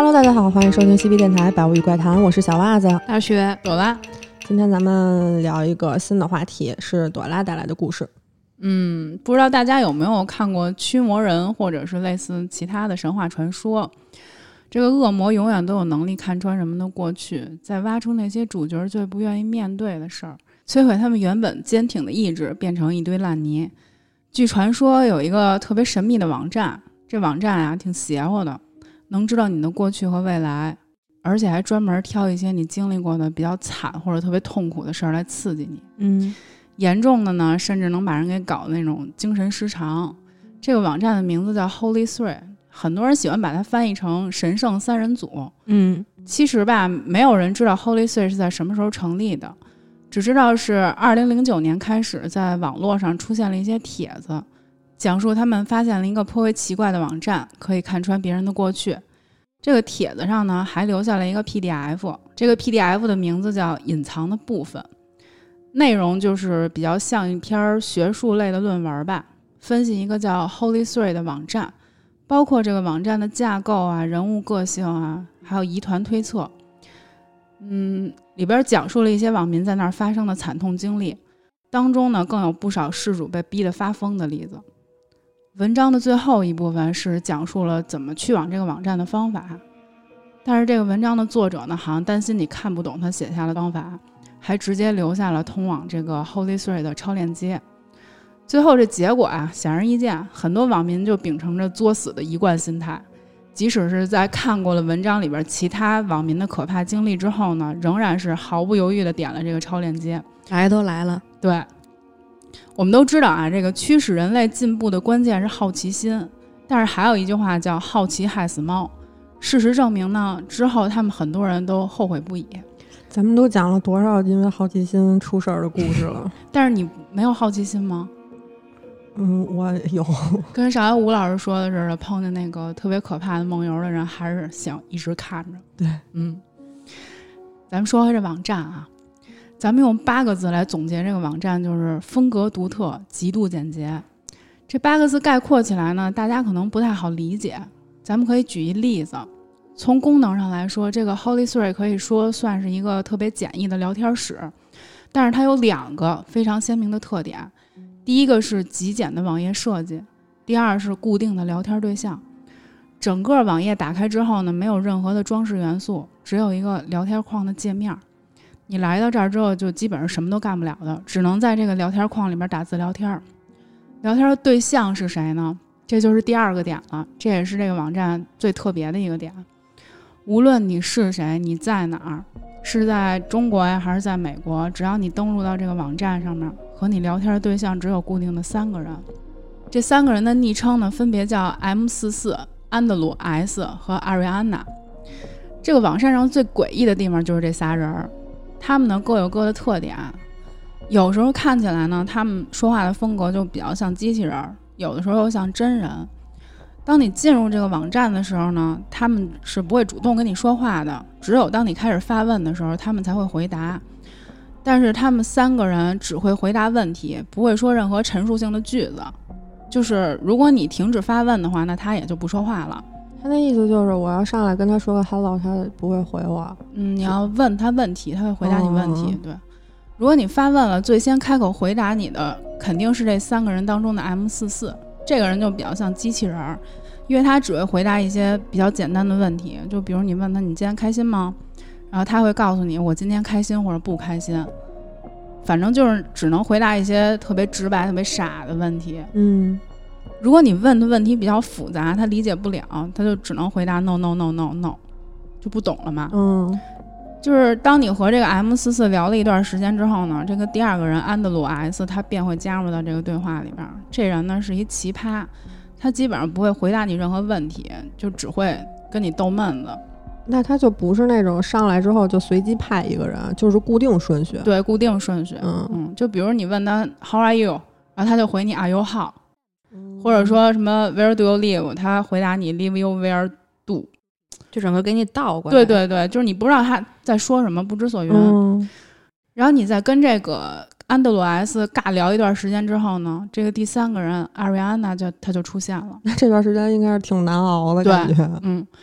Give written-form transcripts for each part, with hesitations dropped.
Hello， 大家好，欢迎收听西皮电台百物语怪谈，我是小袜子， 大雪朵拉。 今天咱们聊一个新的话题，是朵拉带来的故事。 不知道大家有没有看过驱魔人或者是类似其他的神话传说。这个恶魔永远都有能力看穿人们的过去，再挖出那些主角最不愿意面对的事儿，摧毁他们原本坚挺的意志，变成一堆烂泥。据传说有一个特别神秘的网站，这网站啊挺邪乎的，能知道你的过去和未来，而且还专门挑一些你经历过的比较惨或者特别痛苦的事儿来刺激你。严重的呢，甚至能把人给搞那种精神失常。这个网站的名字叫 Holy Three， 很多人喜欢把它翻译成神圣三人组。其实吧，没有人知道 Holy Three 是在什么时候成立的，只知道是2009年开始在网络上出现了一些帖子，讲述他们发现了一个颇为奇怪的网站，可以看穿别人的过去。这个帖子上呢，还留下了一个 PDF， 这个 PDF 的名字叫隐藏的部分，内容就是比较像一篇学术类的论文吧，分析一个叫 Holy Three 的网站，包括这个网站的架构啊、人物个性啊，还有疑团推测。里边讲述了一些网民在那儿发生的惨痛经历，当中呢更有不少事主被逼得发疯的例子。文章的最后一部分是讲述了怎么去往这个网站的方法，但是这个文章的作者呢，好像担心你看不懂他写下的方法，还直接留下了通往这个 Holy Three 的超链接。最后这结果啊，显而易见，很多网民就秉承着作死的一贯心态，即使是在看过了文章里边其他网民的可怕经历之后呢，仍然是毫不犹豫地点了这个超链接。 来都来了。 对，我们都知道啊，这个驱使人类进步的关键是好奇心，但是还有一句话叫好奇害死猫。事实证明呢，之后他们很多人都后悔不已。 咱们都讲了多少因为好奇心出事儿的故事了？ 但是你没有好奇心吗？ 我有。 跟上来吴老师说的似的，碰见那个特别可怕的梦游的人，还是想一直看着。 对， 咱们说回这网站啊，咱们用8个字来总结这个网站，就是风格独特，极度简洁。这8个字概括起来呢，大家可能不太好理解，咱们可以举一例子。从功能上来说，这个 Holy Three 可以说算是一个特别简易的聊天室，但是它有2个非常鲜明的特点。第一个是极简的网页设计，第二是固定的聊天对象。整个网页打开之后呢，没有任何的装饰元素，只有一个聊天框的界面。你来到这儿之后，就基本上什么都干不了的，只能在这个聊天框里面打字聊天。聊天的对象是谁呢？这就是第2个点了，这也是这个网站最特别的一个点。无论你是谁，你在哪儿，是在中国呀还是在美国，只要你登录到这个网站上面，和你聊天的对象只有固定的3个人。这3个人的昵称呢，分别叫 M44、安德鲁 S 和阿瑞安娜。这个网站上最诡异的地方就是这仨人，他们呢各有各的特点。有时候看起来呢，他们说话的风格就比较像机器人，有的时候又像真人。当你进入这个网站的时候呢，他们是不会主动跟你说话的，只有当你开始发问的时候，他们才会回答。但是他们3个人只会回答问题，不会说任何陈述性的句子。就是如果你停止发问的话，那他也就不说话了。 他的意思就是我要上来跟他说个 hello， 他不会回我。 你要问他问题，他会回答你问题。对，如果你发问了，最先开口回答你的肯定是这3个人当中的 M44。这个人就比较像机器人，因为他只会回答一些比较简单的问题，就比如你问他你今天开心吗，然后他会告诉你我今天开心或者不开心，反正就是只能回答一些特别直白特别傻的问题。如果你问的问题比较复杂，他理解不了，他就只能回答 no no no no no， 就不懂了嘛。就是当你和这个 M44 聊了一段时间之后呢，这个第2个人安德鲁 S 他便会加入到这个对话里边。这人呢是一奇葩，他基本上不会回答你任何问题，就只会跟你逗闷子。 那他就不是那种上来之后就随机派一个人，就是固定顺序。 对，固定顺序。就比如你问他 How are you， 然后他就回你 Are you how，或者说什么 Where do you live， 他回答你 Live you where do， 就整个给你倒过来。 对对对，就是你不知道他在说什么，不知所云。然后你再跟这个安德鲁 S 尬聊一段时间之后呢，这个第3个人阿瑞安娜他就出现了。 这段时间应该是挺难熬的感觉。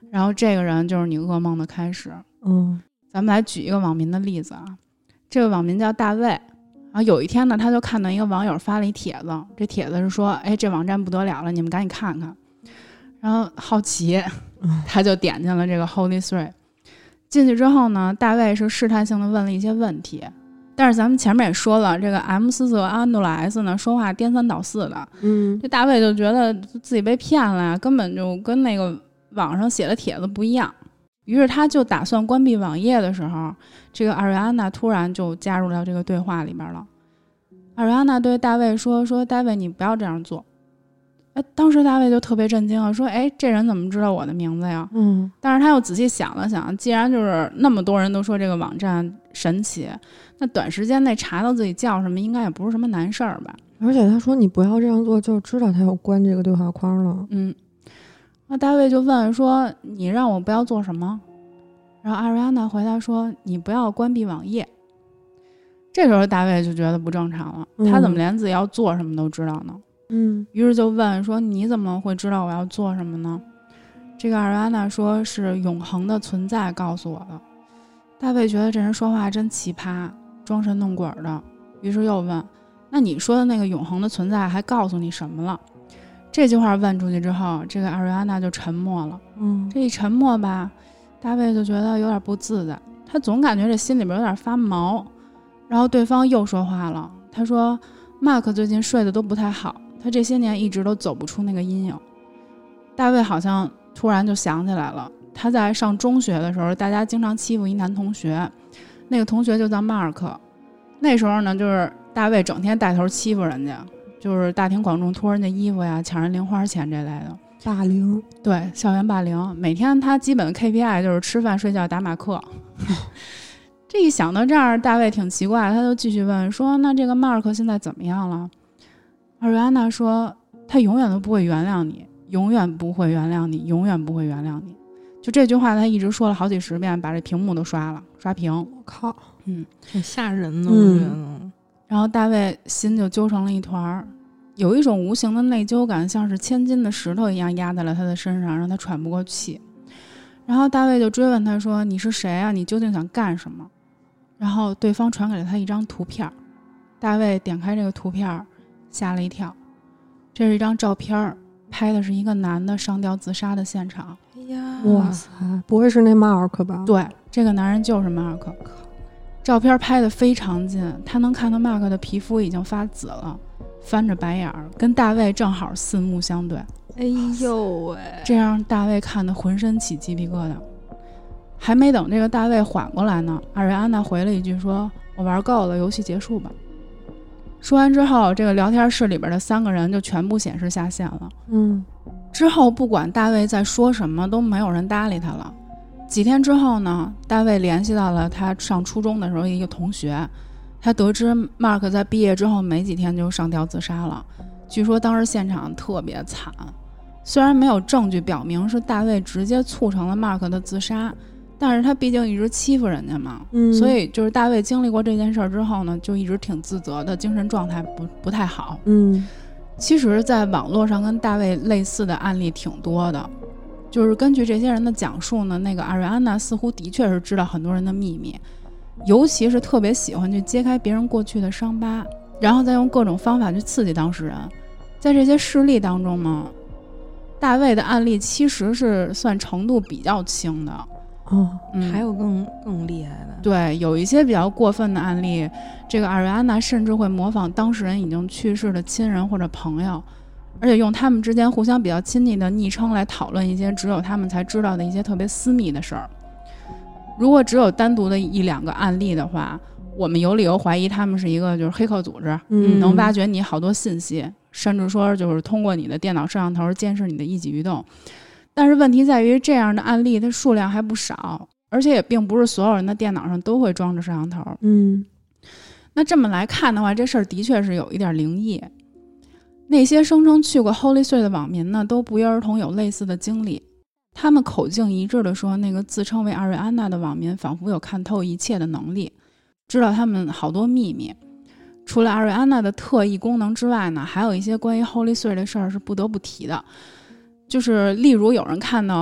然后这个人就是你噩梦的开始。咱们来举一个网民的例子啊，这个网民叫大卫，然后有一天呢，他就看到一个网友发了一帖子，这帖子是说，哎，这网站不得了了，你们赶紧看看。然后好奇，他就点进了这个 Holy Three。进去之后呢，大卫是试探性的问了一些问题，但是咱们前面也说了，这个 M44和安杜拉 S 呢，说话颠三倒四的。这大卫就觉得自己被骗了呀，根本就跟那个网上写的帖子不一样。于是他就打算关闭网页的时候，这个阿瑞安娜突然就加入到这个对话里边了。阿瑞安娜对大卫说大卫你不要这样做。当时大卫就特别震惊了，说哎，这人怎么知道我的名字呀？但是他又仔细想了想，既然就是那么多人都说这个网站神奇，那短时间内查到自己叫什么应该也不是什么难事儿吧。 而且他说你不要这样做，就知道他要关这个对话框了。 那大卫就问说你让我不要做什么？然后阿瑞安娜回答说你不要关闭网页。这时候大卫就觉得不正常了，他怎么连自己要做什么都知道呢？于是就问说你怎么会知道我要做什么呢？这个阿瑞安娜说是永恒的存在告诉我的。大卫觉得这人说话真奇葩，装神弄鬼的，于是又问那你说的那个永恒的存在还告诉你什么了？这句话问出去之后，这个阿瑞安娜就沉默了。这一沉默吧，大卫就觉得有点不自在，他总感觉这心里边有点发毛。然后对方又说话了，他说 Mark 最近睡得都不太好，他这些年一直都走不出那个阴影。大卫好像突然就想起来了，他在上中学的时候，大家经常欺负一男同学，那个同学就叫 Mark。那时候呢，就是大卫整天带头欺负人家，就是大庭广众脱人家衣服呀，抢人零花钱这类的霸凌。 对，校园霸凌。每天他基本的 KPI 就是吃饭睡觉打马克。这一想到这儿，大卫挺奇怪，他就继续问说那这个 Mark 现在怎么样了？阿瑞安娜说他永远都不会原谅你，永远不会原谅你，永远不会原谅你。就这句话他一直说了好几十遍，把这屏幕都刷屏。 我靠， 挺吓人的，我觉得。 然后大卫心就揪成了一团，有一种无形的内疚感，像是千斤的石头一样压在了他的身上，让他喘不过气。然后大卫就追问他说你是谁啊？你究竟想干什么？然后对方传给了他一张图片，大卫点开这个图片吓了一跳，这是一张照片，拍的是一个男的上吊自杀的现场。 哎呀， 哇塞，不会是那马尔克吧？ 对，这个男人就是马尔克。照片拍得非常近，他能看到马克的皮肤已经发紫了，翻着白眼儿，跟大卫正好四目相对。 哎呦喂， 这让大卫看得浑身起鸡皮疙瘩。还没等这个大卫缓过来呢，阿瑞安娜回了一句说我玩够了，游戏结束吧。说完之后，这个聊天室里边的3个人就全部显示下线了。之后不管大卫在说什么，都没有人搭理他了。几天之后呢，大卫联系到了他上初中的时候一个同学，他得知 Mark 在毕业之后没几天就上吊自杀了，据说当时现场特别惨。虽然没有证据表明是大卫直接促成了 Mark 的自杀，但是他毕竟一直欺负人家嘛，所以就是大卫经历过这件事之后呢，就一直挺自责的，精神状态不太好。其实在网络上跟大卫类似的案例挺多的，就是根据这些人的讲述呢，那个阿瑞安娜似乎的确是知道很多人的秘密，尤其是特别喜欢去揭开别人过去的伤疤，然后再用各种方法去刺激当事人。在这些事例当中呢，大卫的案例其实是算程度比较轻的。 还有更厉害的。 对，有一些比较过分的案例，这个阿瑞安娜甚至会模仿当事人已经去世的亲人或者朋友，而且用他们之间互相比较亲昵的昵称来讨论一些只有他们才知道的一些特别私密的事儿。如果只有单独的1-2个案例的话，我们有理由怀疑他们是一个就是黑客组织，能挖掘你好多信息，甚至说就是通过你的电脑摄像头监视你的一举一动。但是问题在于，这样的案例它数量还不少，而且也并不是所有人的电脑上都会装着摄像头。那这么来看的话，这事儿的确是有一点灵异。那些声称去过 Holy Three 的网民呢，都不约而同有类似的经历。他们口径一致地说，那个自称为阿瑞安娜的网民仿佛有看透一切的能力，知道他们好多秘密。除了阿瑞安娜的特异功能之外呢，还有一些关于 Holy Three 的事儿是不得不提的。就是例如有人看到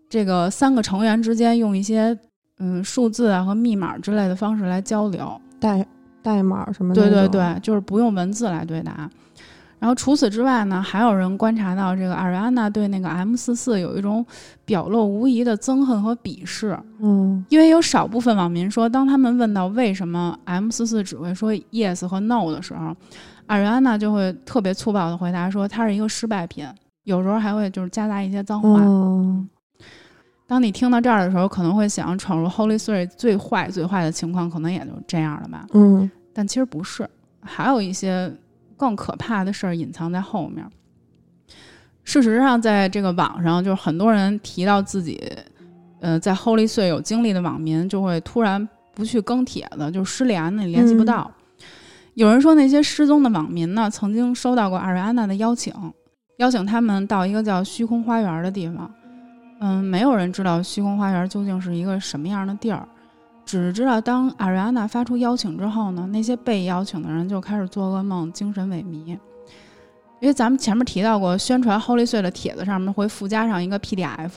这个3个成员之间用一些数字啊和密码之类的方式来交流， 代码什么的。 对对对，就是不用文字来对答。然后除此之外呢，还有人观察到这个阿瑞安娜对那个 M44有一种表露无遗的憎恨和鄙视。因为有少部分网民说，当他们问到为什么 M44只会说 yes 和 no 的时候，阿瑞安娜就会特别粗暴的回答说它是一个失败品，有时候还会就是夹杂一些脏话。当你听到这儿的时候，可能会想闯入 Holy Three 最坏的情况可能也就这样了吧。但其实不是，还有一些更可怕的事儿隐藏在后面。事实上在这个网上，就是很多人提到自己在 Holy Three 有经历的网民就会突然不去更帖子，就失联了，你联系不到。有人说那些失踪的网民呢，曾经收到过阿瑞安娜的邀请他们到一个叫虚空花园的地方。没有人知道虚空花园究竟是一个什么样的地儿，只是知道当阿瑞安娜发出邀请之后呢，那些被邀请的人就开始做噩梦，精神萎靡。因为咱们前面提到过，宣传 Holy Three 的帖子上面会附加上一个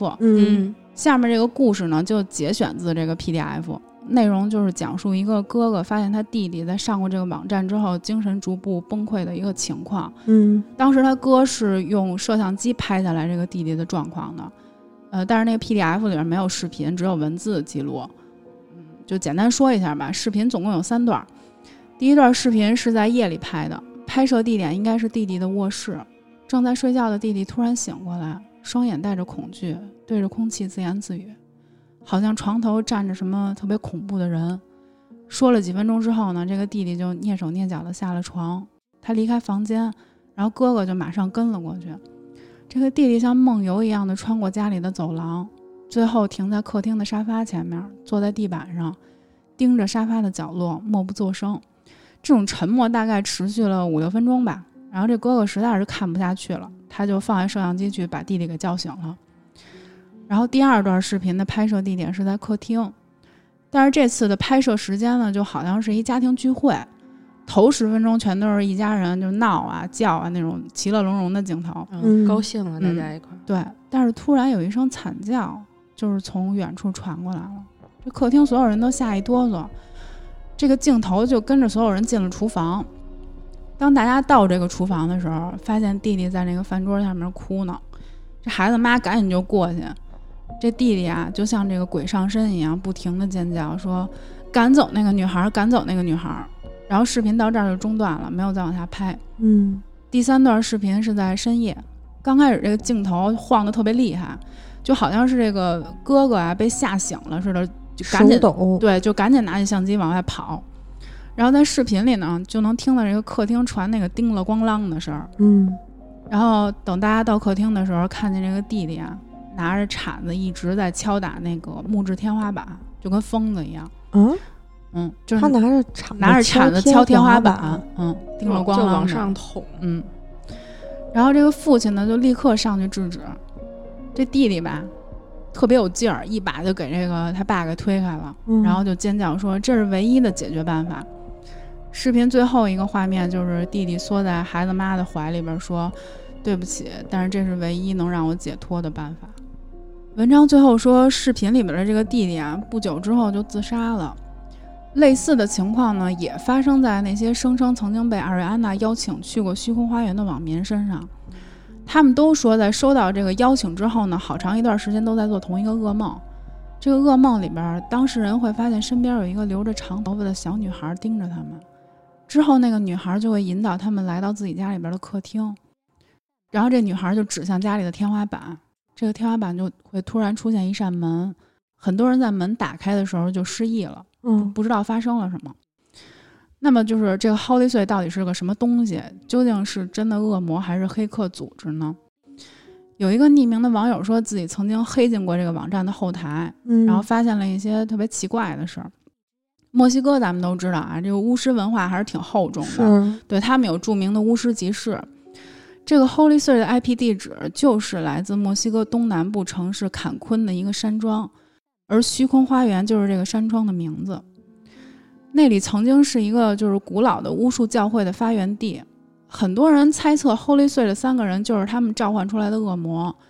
PDF，下面这个故事呢就节选自这个 PDF， 内容就是讲述一个哥哥发现他弟弟在上过这个网站之后精神逐步崩溃的一个情况。当时他哥是用摄像机拍下来这个弟弟的状况的。但是那个 PDF 里面没有视频，只有文字记录。就简单说一下吧，视频总共有3段。第一段视频是在夜里拍的，拍摄地点应该是弟弟的卧室。正在睡觉的弟弟突然醒过来，双眼带着恐惧，对着空气自言自语，好像床头站着什么特别恐怖的人。说了几分钟之后呢，这个弟弟就蹑手蹑脚的下了床。他离开房间，然后哥哥就马上跟了过去。这个弟弟像梦游一样的穿过家里的走廊，最后停在客厅的沙发前面，坐在地板上，盯着沙发的角落，默不作声。这种沉默大概持续了5-6分钟吧。然后这哥哥实在是看不下去了，他就放下摄像机去把弟弟给叫醒了。然后第2段视频的拍摄地点是在客厅，但是这次的拍摄时间呢，就好像是一家庭聚会。头10分钟全都是一家人就闹啊叫啊那种其乐融融的镜头， 高兴了大家一块对，但是突然有一声惨叫，就是从远处传过来了。这客厅所有人都吓一哆嗦，这个镜头就跟着所有人进了厨房。当大家到这个厨房的时候，发现弟弟在那个饭桌下面哭呢。这孩子妈赶紧就过去，这弟弟啊就像这个鬼上身一样，不停的尖叫说赶走那个女孩，赶走那个女孩。然后视频到这儿就中断了，没有再往下拍。第3段视频是在深夜，刚开始这个镜头晃得特别厉害，就好像是这个哥哥啊被吓醒了似的，就赶紧对，就赶紧拿起相机往外跑。然后在视频里呢，就能听到这个客厅传那个叮了咣啷的声儿。然后等大家到客厅的时候，看见这个弟弟啊拿着铲子一直在敲打那个木质天花板，就跟疯子一样。就是他拿着铲子敲天花板，叮了咣啷就往上捅。 然后这个父亲呢就立刻上去制止，这弟弟吧特别有劲儿，一把就给这个他爸给推开了，然后就尖叫说这是唯一的解决办法。视频最后一个画面就是弟弟缩在孩子妈的怀里边说对不起，但是这是唯一能让我解脱的办法。文章最后说视频里边的这个弟弟啊不久之后就自杀了。类似的情况呢，也发生在那些声称曾经被阿瑞安娜邀请去过虚空花园的网民身上。他们都说，在收到这个邀请之后呢，好长一段时间都在做同一个噩梦。这个噩梦里边，当事人会发现身边有一个留着长头发的小女孩盯着他们。之后，那个女孩就会引导他们来到自己家里边的客厅，然后这女孩就指向家里的天花板，这个天花板就会突然出现一扇门。很多人在门打开的时候就失忆了。不知道发生了什么。那么就是这个 Holy Three 到底是个什么东西？究竟是真的恶魔还是黑客组织呢？有一个匿名的网友说自己曾经黑进过这个网站的后台，然后发现了一些特别奇怪的事儿。墨西哥咱们都知道啊，这个巫师文化还是挺厚重的，对，他们有著名的巫师集市。这个 Holy Three 的 IP 地址就是来自墨西哥东南部城市坎昆的一个山庄。而虚空花园就是这个山庄的名字。那里曾经是一个就是古老的巫术教会的发源地，很多人猜测 Holy Three 的3个人就是他们召唤出来的恶魔，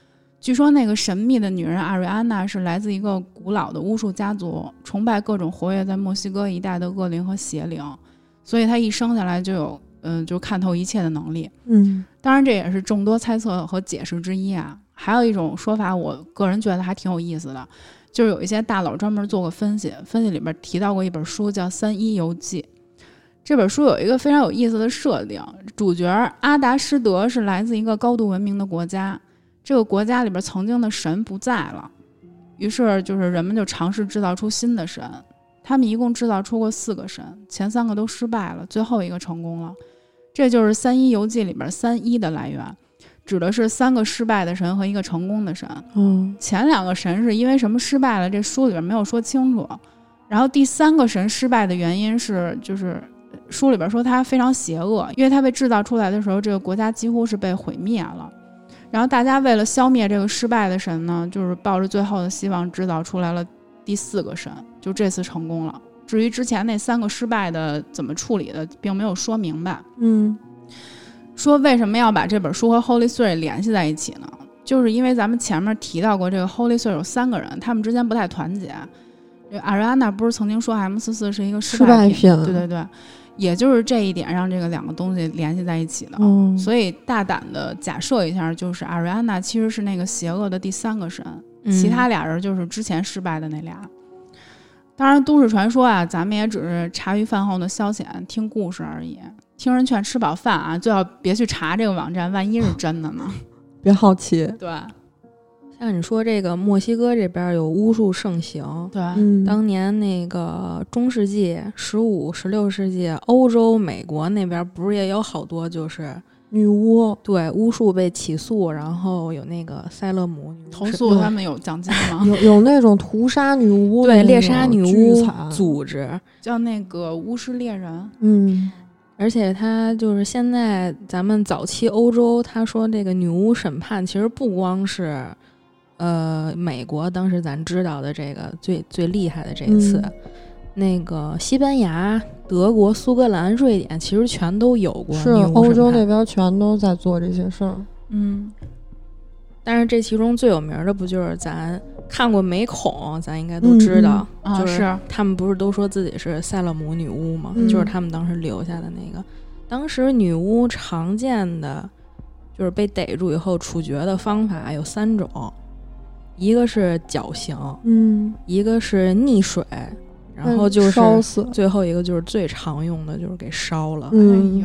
据说那个神秘的女人阿瑞安娜是来自一个古老的巫术家族，崇拜各种活跃在墨西哥一带的恶灵和邪灵，所以她一生下来就有就看透一切的能力。当然这也是众多猜测和解释之一啊。还有一种说法，我个人觉得还挺有意思的，就是有一些大佬专门做过分析里边提到过一本书叫《三一游记》。这本书有一个非常有意思的设定，主角阿达施德是来自一个高度文明的国家，这个国家里边曾经的神不在了，于是就是人们就尝试制造出新的神。他们一共制造出过4个神，前3个都失败了，最后一个成功了。这就是《三一游记》里边3一的来源，指的是3个失败的神和1个成功的神。前2个神是因为什么失败了，这书里边没有说清楚。然后第3个神失败的原因是，就是书里边说他非常邪恶，因为他被制造出来的时候，这个国家几乎是被毁灭了。然后大家为了消灭这个失败的神呢，就是抱着最后的希望制造出来了第4个神，就这次成功了。至于之前那3个失败的怎么处理的，并没有说明白。说为什么要把这本书和 Holy Three 联系在一起呢？就是因为咱们前面提到过，这个 Holy Three 有3个人，他们之间不太团结。这阿瑞安娜不是曾经说 M44 是一个失败品？对对对，也就是这一点让这个2个东西联系在一起的。所以大胆的假设一下，就是阿瑞安娜其实是那个邪恶的第3个神，其他俩人就是之前失败的那俩。当然都市传说啊，咱们也只是茶余饭后的消遣，听故事而已。听人劝吃饱饭啊，最好别去查这个网站，万一是真的呢？ 别好奇。 对， 像你说这个墨西哥这边有巫术盛行， 对， 当年那个中世纪15、16世纪欧洲、美国那边不是也有好多就是女巫， 对，巫术被起诉，然后有那个塞勒姆女巫投诉他们有奖金吗？ 有那种屠杀女巫， 对，猎杀女巫组织叫那个巫师猎人。 而且他就是现在咱们早期欧洲，他说这个女巫审判其实不光是美国当时咱知道的这个最厉害的这一次，那个西班牙、德国、苏格兰、瑞典其实全都有过， 是欧洲那边全都在做这些事儿。 但是这其中最有名的不就是咱看过美恐，咱应该都知道，就是他们不是都说自己是塞勒姆女巫吗？就是他们当时留下的那个。当时女巫常见的就是被逮住以后处决的方法有3种，一个是绞刑，一个是溺水，然后就是烧死， 最后一个就是最常用的就是给烧了。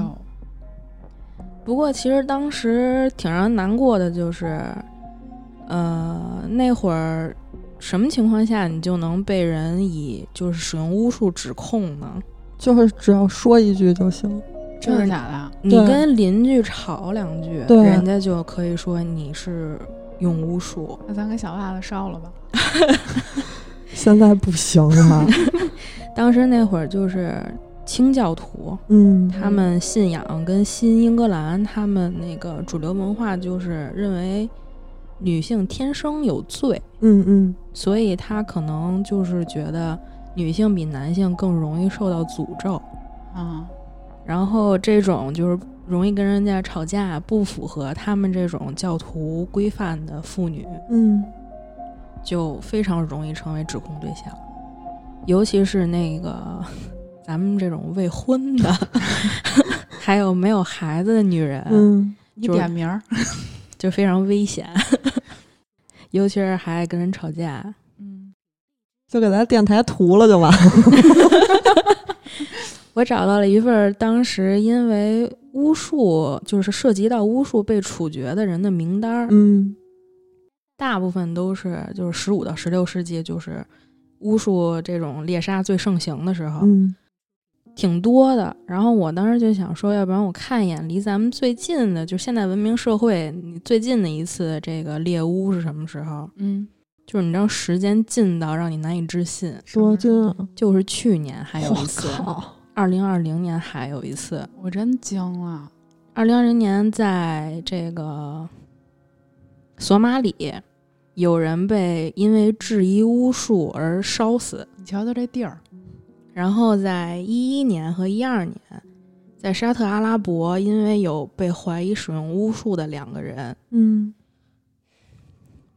不过其实当时挺让人难过的，就是那会儿什么情况下你就能被人以就是使用巫术指控呢？ 就是只要说一句就行。 真是假的？ 你跟邻居吵2句，人家就可以说你是用巫术。 那咱给小袜子烧了吧。 现在不行了。 当时那会儿就是清教徒，他们信仰跟新英格兰他们那个主流文化就是认为女性天生有罪，所以他可能就是觉得女性比男性更容易受到诅咒然后这种就是容易跟人家吵架，不符合他们这种教徒规范的妇女，就非常容易成为指控对象，尤其是那个咱们这种未婚的还有没有孩子的女人， 你点名就非常危险尤其是还爱跟人吵架， 就给咱电台涂了就完了我找到了一份当时因为巫术就是涉及到巫术被处决的人的名单，大部分都是就是15到16世纪就是巫术这种猎杀最盛行的时候，挺多的。然后我当时就想说，要不然我看一眼离咱们最近的，就现代文明社会你最近的一次这个猎巫是什么时候？就是你知道时间近到让你难以置信。 多近啊！ 就是去年还有一次，2020年还有一次， 我真惊了。 2020年在这个索马里，有人被因为质疑巫术而烧死。 你瞧瞧这地儿。 然后在11年和12年，在沙特阿拉伯，因为有被怀疑使用巫术的2个人，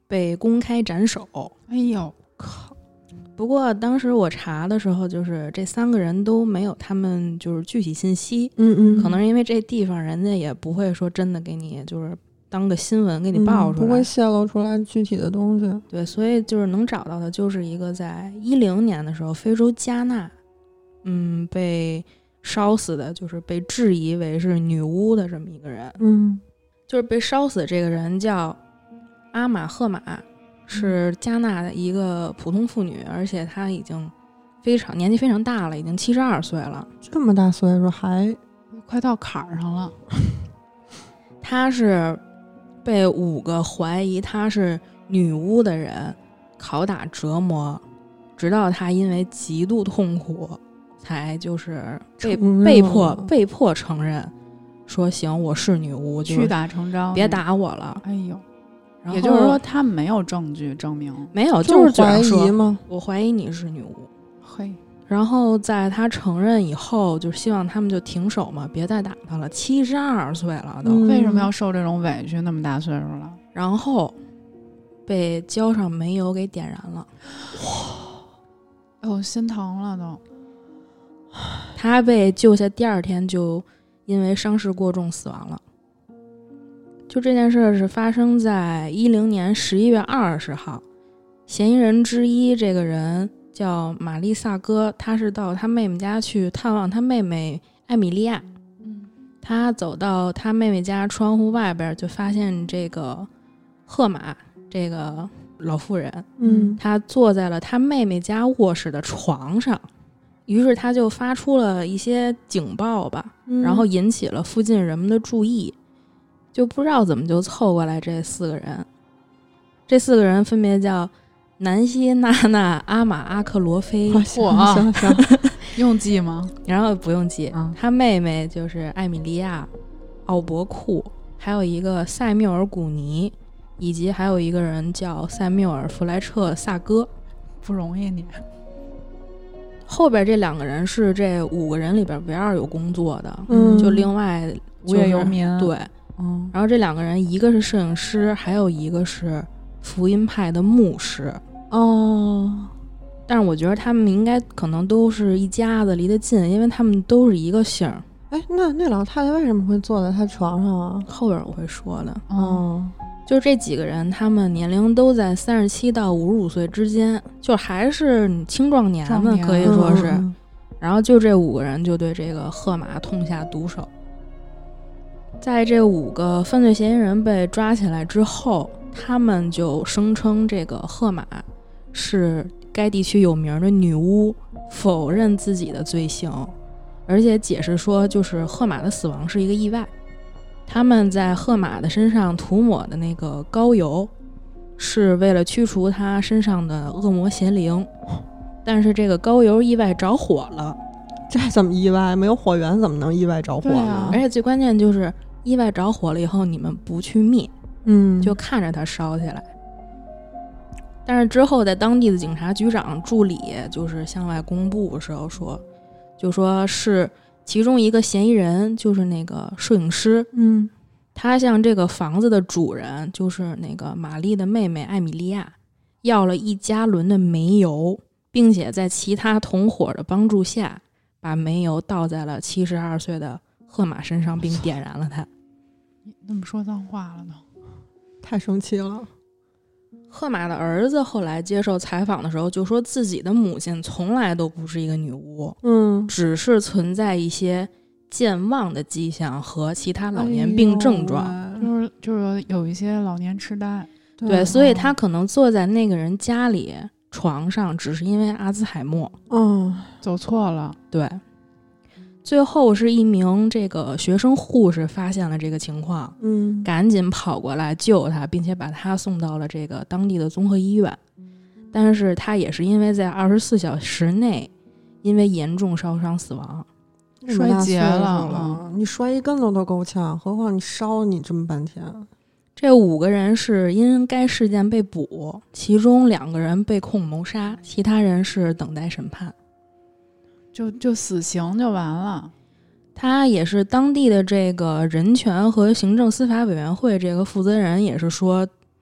被公开斩首。 哎呦靠！ 不过当时我查的时候，就是这3个人都没有他们就是具体信息，可能是因为这地方人家也不会说真的给你就是当个新闻给你报出来， 不会泄露出来具体的东西。 对，所以就是能找到的就是一个在10年的时候非洲加纳被烧死的，就是被质疑为是女巫的这么一个人。就是被烧死的这个人叫阿玛赫玛，是加纳的一个普通妇女，而且她已经年纪非常大了，已经72岁了。 这么大岁数还快到坎儿上了。 她是被5个怀疑她是女巫的人拷打折磨，直到她因为极度痛苦才就是被迫承认说行我是女巫， 屈打成招， 别打我了。 哎呦，也就是说他们没有证据证明， 没有，就是怀疑吗？ 我怀疑你是女巫。 嘿， 然后在他承认以后，就希望他们就停手嘛，别再打他了。72岁了都， 为什么要受这种委屈？那么大岁数了， 然后被浇上煤油给点燃了。 哎呦，心疼了都。 他被救下第2天就因为伤势过重死亡了。就这件事是发生在10年11月20号，嫌疑人之一这个人叫玛丽萨哥，他是到他妹妹家去探望他妹妹艾米莉亚。他走到他妹妹家窗户外边，就发现这个赫玛这个老妇人，她坐在了他妹妹家卧室的床上。于是他就发出了一些警报吧，然后引起了附近人们的注意，就不知道怎么就凑过来这4个人。这4个人分别叫南希、娜娜、阿玛、阿克罗菲。 行，用记吗？ 然后不用记。他妹妹就是艾米莉亚、奥伯库，还有一个塞缪尔古尼，以及还有一个人叫塞缪尔弗莱彻萨哥。 不容易你。 后边这2个人是这5个人里边唯二有工作的，就另外无业游民。 对，然后这2个人，一个是摄影师，还有一个是福音派的牧师。但是我觉得他们应该可能都是一家子，离得近，因为他们都是一个姓。 哎，那老太太为什么会坐在他床上啊？ 后边我会说的。就这几个人，他们年龄都在37到55岁之间，就还是青壮年们，可以说是。然后就这5个人就对这个赫玛痛下毒手。在这5个犯罪嫌疑人被抓起来之后，他们就声称这个赫玛是该地区有名的女巫，否认自己的罪行，而且解释说就是赫玛的死亡是一个意外。他们在赫玛的身上涂抹的那个膏油是为了驱除他身上的恶魔邪灵，但是这个膏油意外着火了。 这怎么意外？没有火源怎么能意外着火呢？ 而且最关键就是意外着火了以后，你们不去灭，就看着它烧起来。但是之后在当地的警察局长助理就是向外公布的时候说是其中一个嫌疑人，就是那个摄影师，他向这个房子的主人，就是那个玛丽的妹妹艾米莉亚，要了1加仑的煤油，并且在其他同伙的帮助下，把煤油倒在了72岁的赫玛身上，并点燃了他。 你那么说脏话了呢？ 太生气了。 赫玛的儿子后来接受采访的时候就说，自己的母亲从来都不是一个女巫，只是存在一些健忘的迹象和其他老年病症状， 就是有一些老年痴呆。 对，所以他可能坐在那个人家里床上，只是因为阿兹海默， 走错了。 对，最后是一名这个学生护士发现了这个情况，赶紧跑过来救他，并且把他送到了这个当地的综合医院。但是他也是因为在24小时内因为严重烧伤死亡， 衰竭了。 你摔一跟头都够呛，何况你烧你这么半天。 这5个人是因该事件被捕，其中2个人被控谋杀，其他人是等待审判。 就死刑就完了。 他也是当地的这个人权和行政司法委员会这个负责人也是说，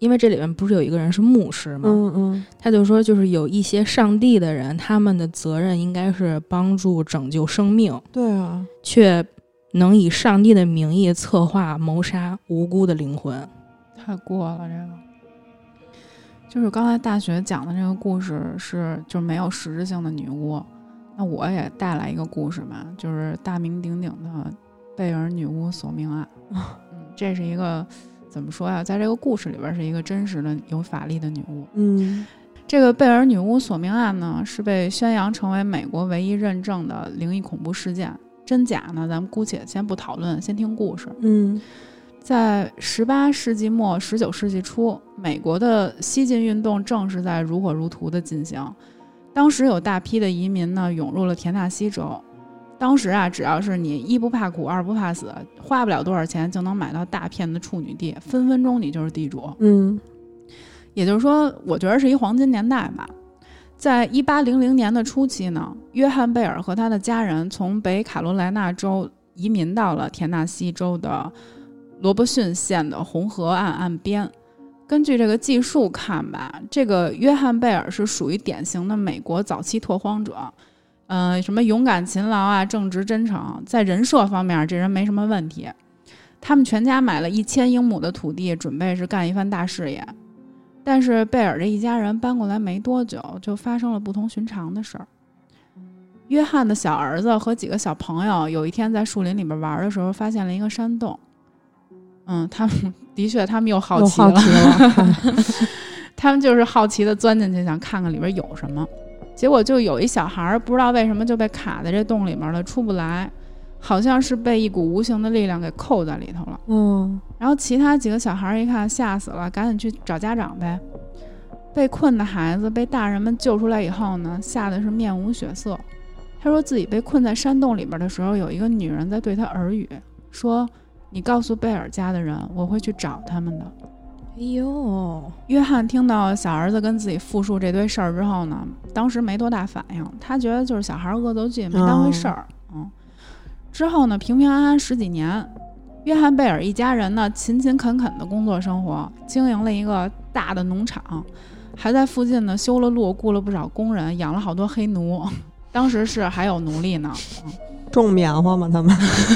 因为这里面不是有一个人是牧师吗？他就说就是有一些上帝的人，他们的责任应该是帮助拯救生命， 对啊， 却能以上帝的名义策划谋杀无辜的灵魂， 太过了。这个就是刚才大学讲的这个故事是就是没有实质性的女巫，那我也带来一个故事吧，就是大名鼎鼎的贝尔女巫索命案。这是一个怎么说呀，在这个故事里边是一个真实的有法力的女巫。这个贝尔女巫索命案呢，是被宣扬成为美国唯一认证的灵异恐怖事件，真假呢咱们姑且先不讨论，先听故事。在18世纪末19世纪初，美国的西进运动正是在如火如荼的进行。当时有大批的移民呢涌入了田纳西州。当时啊，只要是你一不怕苦二不怕死，花不了多少钱就能买到大片的处女地，分分钟你就是地主。也就是说我觉得是一黄金年代吧。在1800年的初期呢，约翰贝尔和他的家人从北卡罗来纳州移民到了田纳西州的罗伯逊县的红河岸岸边。根据这个记述看吧，这个约翰贝尔是属于典型的美国早期拓荒者，什么勇敢勤劳啊，正直真诚，在人设方面这人没什么问题。他们全家买了1000英亩的土地，准备是干一番大事业。但是贝尔这一家人搬过来没多久，就发生了不同寻常的事儿。约翰的小儿子和几个小朋友有一天在树林里边玩的时候，发现了一个山洞。他们的确，他们又好奇了，他们就是好奇的钻进去，想看看里边有什么。结果就有一小孩不知道为什么就被卡在这洞里面了，出不来，好像是被一股无形的力量给扣在里头了。然后其他几个小孩一看吓死了，赶紧去找家长呗。被困的孩子被大人们救出来以后呢，吓得是面无血色。他说自己被困在山洞里边的时候，有一个女人在对他耳语，说你告诉贝尔家的人，我会去找他们的。 哎呦， 约翰听到小儿子跟自己复述这堆事儿之后呢，当时没多大反应，他觉得就是小孩恶作剧，没当回事儿。之后呢，平平安安10几年，约翰贝尔一家人呢勤勤恳恳的工作生活，经营了一个大的农场，还在附近呢修了路，雇了不少工人，养了好多黑奴。当时是还有奴隶呢。 种棉花吗？他们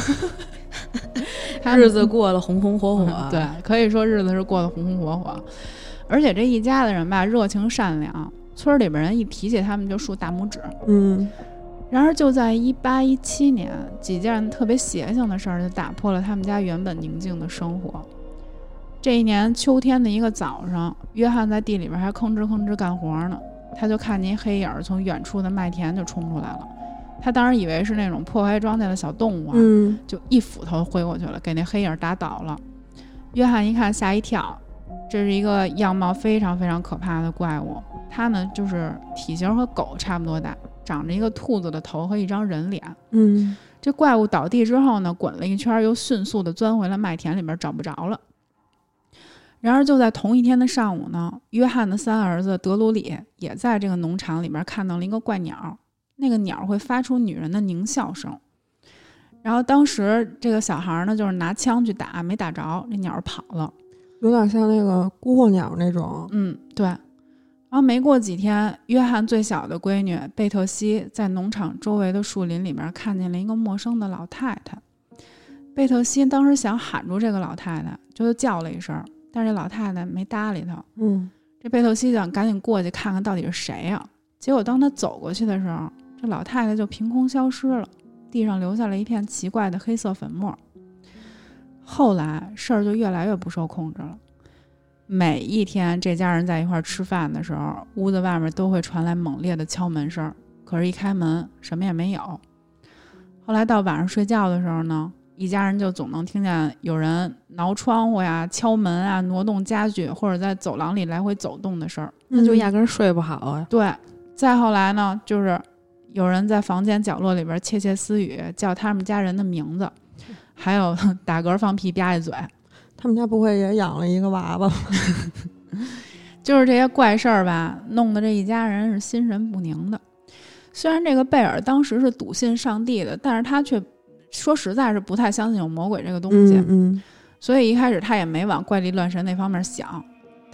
日子过得红红火火。 对，可以说日子是过得红红火火。而且这一家的人吧，热情善良，村里边人一提起他们就竖大拇指。然而就在1817年，几件特别邪性的事儿就打破了他们家原本宁静的生活。这一年秋天的一个早上，约翰在地里边还吭哧吭哧干活呢，他就看见一黑影从远处的麦田就冲出来了。他当时以为是那种破坏庄稼的小动物就一斧头挥过去了，给那黑影打倒了。约翰一看吓一跳，这是一个样貌非常非常可怕的怪物。它呢就是体型和狗差不多大，长着一个兔子的头和一张人脸。这怪物倒地之后呢，滚了一圈，又迅速地钻回了麦田里边，找不着了。然而就在同一天的上午呢，约翰的3儿子德鲁里也在这个农场里边看到了一个怪鸟，那个鸟会发出女人的狞笑声。然后当时这个小孩呢，就是拿枪去打，没打着，那鸟跑了， 有点像那个孤鹤鸟那种。 对。然后没过几天，约翰最小的闺女贝特西在农场周围的树林里面看见了一个陌生的老太太。贝特西当时想喊住这个老太太，就叫了一声，但是这老太太没搭理他。这贝特西想赶紧过去看看到底是谁呀。结果当他走过去的时候，这老太太就凭空消失了，地上留下了一片奇怪的黑色粉末。后来事儿就越来越不受控制了。每一天这家人在一块吃饭的时候，屋子外面都会传来猛烈的敲门声，可是一开门什么也没有。后来到晚上睡觉的时候呢，一家人就总能听见有人挠窗户呀、敲门啊、挪动家具，或者在走廊里来回走动的事儿。 那就压根睡不好啊。 对，再后来呢，就是有人在房间角落里边窃窃私语，叫他们家人的名字，还有打嗝放屁吧唧嘴。 他们家不会也养了一个娃娃吗？ 就是这些怪事儿吧，弄得这一家人是心神不宁的。虽然这个贝尔当时是笃信上帝的，但是他却说实在是不太相信有魔鬼这个东西。所以一开始他也没往怪力乱神那方面想，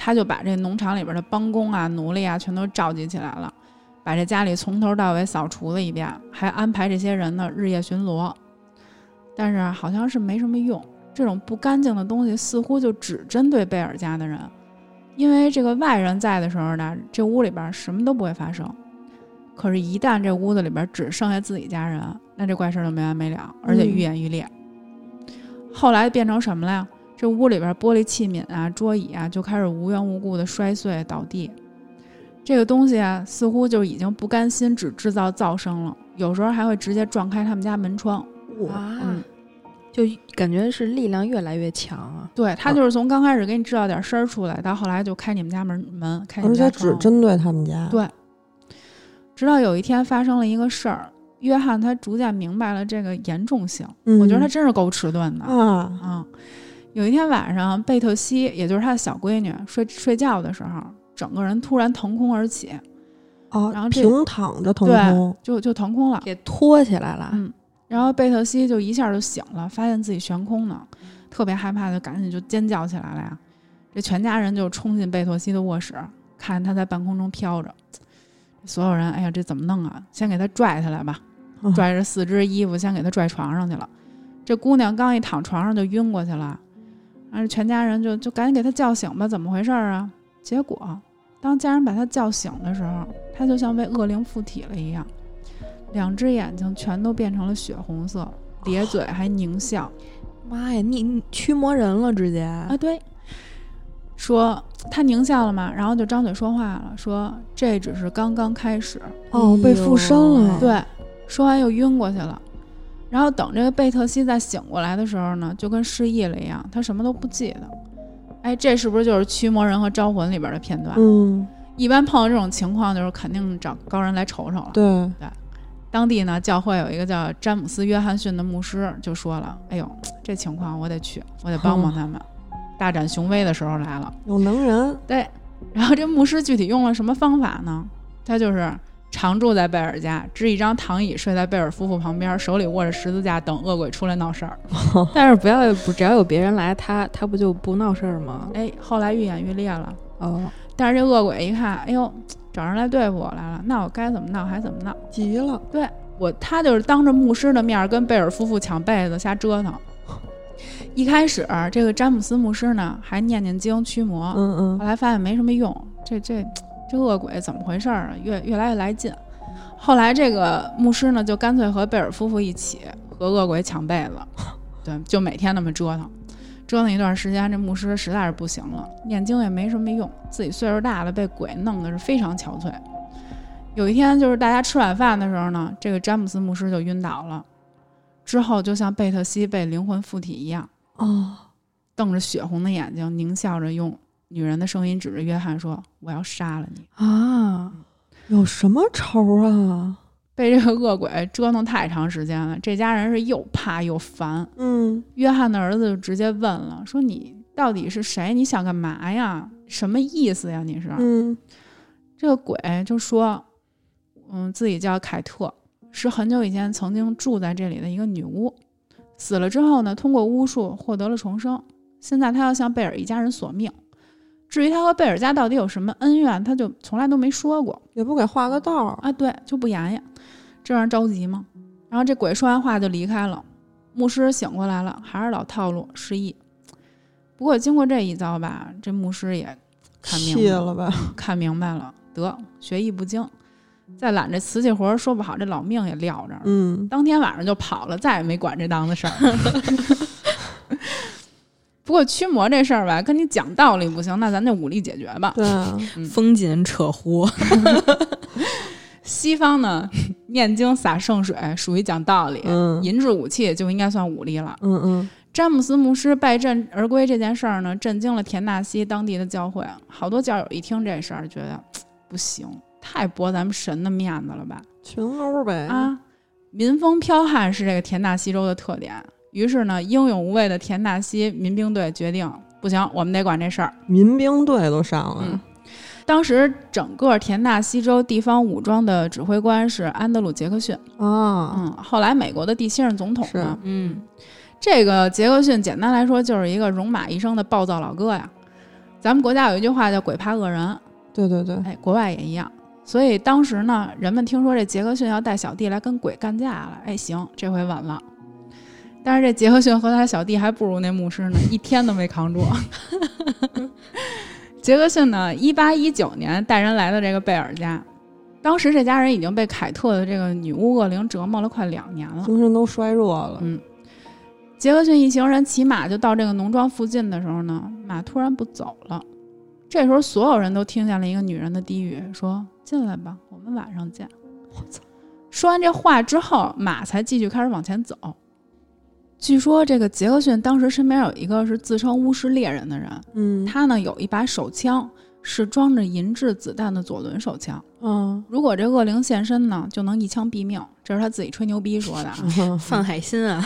他就把这农场里边的帮工啊、奴隶啊全都召集起来了，把这家里从头到尾扫除了一遍，还安排这些人呢日夜巡逻。但是好像是没什么用，这种不干净的东西似乎就只针对贝尔家的人，因为这个外人在的时候呢，这屋里边什么都不会发生。可是一旦这屋子里边只剩下自己家人，那这怪事就没完没了，而且愈演愈烈。后来变成什么了呀？这屋里边玻璃器皿啊、桌椅啊就开始无缘无故的摔碎倒地。这个东西啊，似乎就已经不甘心只制造噪声了，有时候还会直接撞开他们家门窗。 就感觉是力量越来越强啊。 对，他就是从刚开始给你制造点声出来，到后来就开你们家门，开你们家窗， 而且只针对他们家。 对，直到有一天发生了一个事儿，约翰他逐渐明白了这个严重性。我觉得他真是够迟钝的有一天晚上，贝特西也就是他的小闺女睡觉的时候，整个人突然腾空而起，然后平躺着腾空， 对，就腾空了， 给拖起来了。 然后贝特西就一下就醒了，发现自己悬空呢，特别害怕，就赶紧就尖叫起来了呀。这全家人就冲进贝特西的卧室，看他在半空中飘着。所有人，哎呀，这怎么弄啊？先给他拽下来吧，拽着4只衣服先给他拽床上去了。这姑娘刚一躺床上就晕过去了，然后全家人就赶紧给他叫醒吧，怎么回事啊？结果当家人把他叫醒的时候，他就像被恶灵附体了一样，2只眼睛全都变成了血红色，咧嘴还狞笑。 妈呀，你驱魔人了直接啊？ 对，说他狞笑了嘛，然后就张嘴说话了，说这只是刚刚开始。 被附身了。 对，说完又晕过去了。然后等这个贝特西再醒过来的时候呢，就跟失忆了一样，他什么都不记得。这是不是就是驱魔人和招魂里边的片段？一般碰到这种情况，就是肯定找高人来瞅瞅了。 对。 当地呢，教会有一个叫詹姆斯·约翰逊的牧师就说了：“哎呦，这情况我得去，我得帮帮他们。大展雄威的时候来了， 有能人。 对。然后这牧师具体用了什么方法呢？他就是常住在贝尔家，支一张躺椅睡在贝尔夫妇旁边，手里握着十字架，等恶鬼出来闹事儿。 但是只要有别人来，他不就不闹事儿吗？ 后来愈演愈烈了。但是这恶鬼一看，哎呦，找人来对付我来了，那我该怎么闹还怎么闹， 急了。 对，他就是当着牧师的面跟贝尔夫妇抢被子瞎折腾。一开始这个詹姆斯牧师呢还念经驱魔，后来发现没什么用，这恶鬼怎么回事啊？越来越来劲。后来这个牧师呢就干脆和贝尔夫妇一起和恶鬼抢被子，对，就每天那么折腾一段时间，这牧师实在是不行了，念经也没什么用，自己岁数大了，被鬼弄得是非常憔悴。有一天就是大家吃晚饭的时候呢，这个詹姆斯牧师就晕倒了，之后就像贝特西被灵魂附体一样，瞪着血红的眼睛，狞笑着用女人的声音指着约翰说：“我要杀了你啊！有什么仇啊？” 被这个恶鬼折腾太长时间了，这家人是又怕又烦。约翰的儿子就直接问了，说：“你到底是谁？你想干嘛呀？什么意思呀？你是？”这个鬼就说：“自己叫凯特，是很久以前曾经住在这里的一个女巫，死了之后呢，通过巫术获得了重生。现在他要向贝尔一家人索命。至于他和贝尔家到底有什么恩怨，他就从来都没说过， 也不给画个道啊。 对，就不言言，这让人着急吗？”然后这鬼说完话就离开了。牧师醒过来了，还是老套路，失忆。不过经过这一遭吧，这牧师也看明白了，得学艺不精，再揽这瓷器活，说不好这老命也撂这儿。当天晚上就跑了，再也没管这档子事儿。不过驱魔这事儿吧，跟你讲道理不行，那咱就武力解决吧。 对啊， 风紧扯呼。 西方呢，念经洒圣水属于讲道理，银质武器就应该算武力了。詹姆斯牧师败阵而归这件事儿呢，震惊了田纳西当地的教会，好多教友一听这事儿，觉得不行，太驳咱们神的面子了吧？ 群殴呗民风剽悍是这个田纳西州的特点。于是呢，英勇无畏的田纳西民兵队决定，不行，我们得管这事儿。 民兵队都上了。 当时整个田纳西州地方武装的指挥官是安德鲁·杰克逊后来美国的第7任总统呢。这个杰克逊简单来说就是一个戎马一生的暴躁老哥呀。 咱们国家有一句话叫鬼怕恶人， 对对对， 哎，国外也一样。所以当时呢，人们听说这杰克逊要带小弟来跟鬼干架了，哎，行，这回稳了。但是这杰克逊和他小弟还不如那牧师呢，一天都没扛住。杰克逊呢，1819年带人来的这个贝尔家，当时这家人已经被凯特的这个女巫恶灵折磨了快2年了， 精神都衰弱了。 杰克逊一行人骑马就到这个农庄附近的时候呢，马突然不走了。这时候所有人都听见了一个女人的低语，说：“进来吧，我们晚上见。”我操！说完这话之后，马才继续开始往前走。据说这个杰克逊当时身边有一个是自称巫师猎人的人，他呢有一把手枪，是装着银质子弹的左轮手枪。如果这恶灵现身呢，就能一枪毙命。这是他自己吹牛逼说的。 范海辛啊！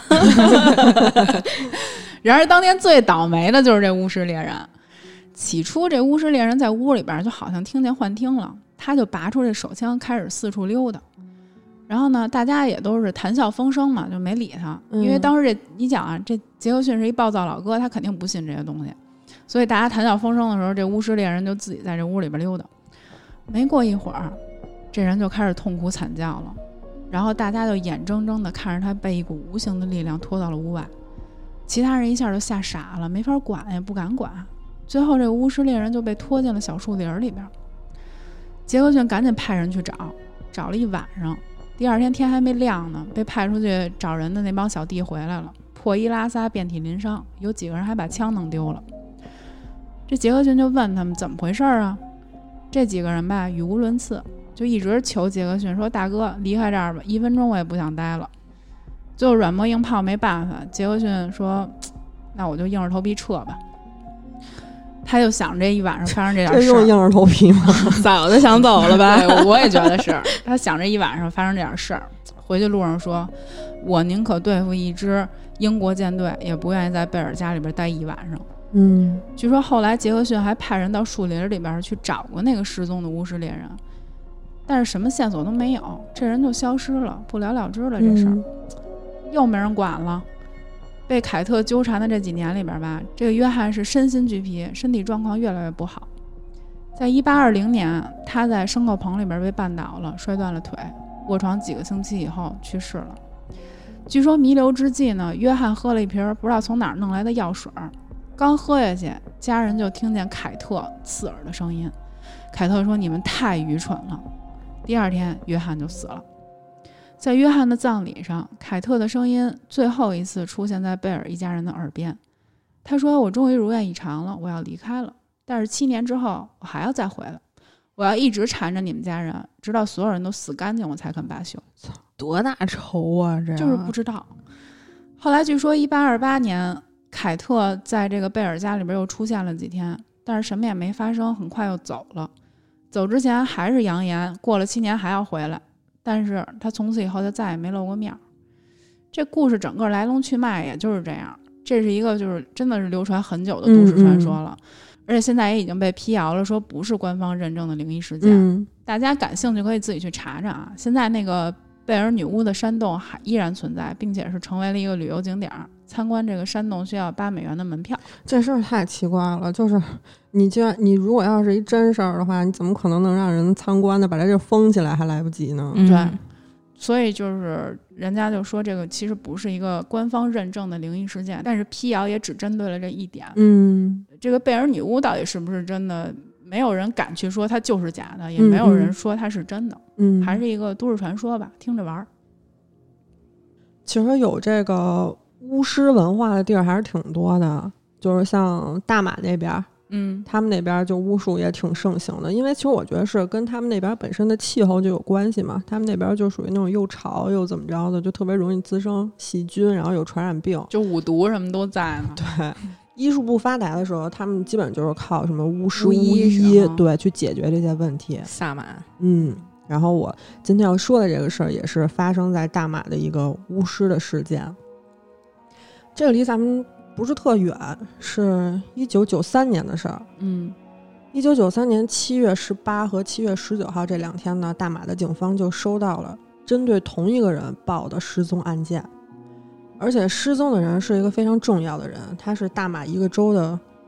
然而当天最倒霉的就是这巫师猎人。起初这巫师猎人在屋里边就好像听见幻听了，他就拔出这手枪开始四处溜达。然后呢，大家也都是谈笑风生嘛，就没理他。因为当时你讲啊，这杰克逊是一暴躁老哥，他肯定不信这些东西，所以大家谈笑风生的时候，这巫师猎人就自己在这屋里边溜达。没过一会儿，这人就开始痛苦惨叫了，然后大家就眼睁睁地看着他被一股无形的力量拖到了屋外。其他人一下就吓傻了，没法管也不敢管。最后这个巫师猎人就被拖进了小树林里边。杰克逊赶紧派人去找了一晚上。第二天天还没亮呢，被派出去找人的那帮小弟回来了，破衣拉撒，遍体鳞伤，有几个人还把枪弄丢了。这杰克逊就问他们怎么回事啊？这几个人吧语无伦次，就一直求杰克逊说：“大哥，离开这儿吧，1分钟我也不想待了。”最后软磨硬泡没办法，杰克逊说：“那我就硬着头皮撤吧。”他就想这一晚上发生这点事儿， 这用硬着头皮吗？ 早就想走了吧？ 对，我也觉得是。他想这一晚上发生这点事儿，回去路上说：“我宁可对付一支英国舰队，也不愿意在贝尔家里边待一晚上。”据说后来杰克逊还派人到树林里边去找过那个失踪的巫师猎人，但是什么线索都没有，这人就消失了，不了了之了。这事儿又没人管了。被凯特纠缠的这几年里边吧，这个约翰是身心俱疲，身体状况越来越不好。在1820年，他在牲口棚里边被绊倒了，摔断了腿，卧床几个星期以后去世了。据说弥留之际呢，约翰喝了一瓶不知道从哪儿弄来的药水，刚喝下去，家人就听见凯特刺耳的声音。凯特说：“你们太愚蠢了。”第二天，约翰就死了。在约翰的葬礼上，凯特的声音最后一次出现在贝尔一家人的耳边。他说：“我终于如愿以偿了，我要离开了。但是7年之后，我还要再回来。我要一直缠着你们家人，直到所有人都死干净，我才肯罢休。” 多大仇啊！这就是不知道。后来据说1828年，凯特在这个贝尔家里边又出现了几天，但是什么也没发生，很快又走了。走之前还是扬言过了7年还要回来。但是他从此以后就再也没露过面。这故事整个来龙去脉也就是这样，这是一个就是真的是流传很久的都市传说了，而且现在也已经被辟谣了，说不是官方认证的灵异事件。大家感兴趣可以自己去查查啊。现在那个贝尔女巫的山洞还依然存在，并且是成为了一个旅游景点，参观这个山洞需要$8的门票。 这事儿太奇怪了，就是你如果要是一真事儿的话，你怎么可能能让人参观的把这封起来还来不及呢？ 对，所以就是人家就说这个其实不是一个官方认证的灵异事件，但是辟谣也只针对了这一点。这个贝尔女巫到底是不是真的，没有人敢去说它就是假的，也没有人说它是真的。还是一个都市传说吧，听着玩。 其实有这个巫师文化的地儿还是挺多的，就是像大马那边，他们那边就巫术也挺盛行的。因为其实我觉得是跟他们那边本身的气候就有关系嘛，他们那边就属于那种又潮又怎么着的，就特别容易滋生细菌，然后有传染病， 就五毒什么都在嘛。 对，医术不发达的时候，他们基本就是靠什么巫师巫医对去解决这些问题。 萨满。 然后我今天要说的这个事儿也是发生在大马的一个巫师的事件。这个离咱们不是特远，是1993年的事儿。1993年7月18和7月19号这2天呢，大马的警方就收到了针对同一个人报的失踪案件，而且失踪的人是一个非常重要的人，他是大马一个州的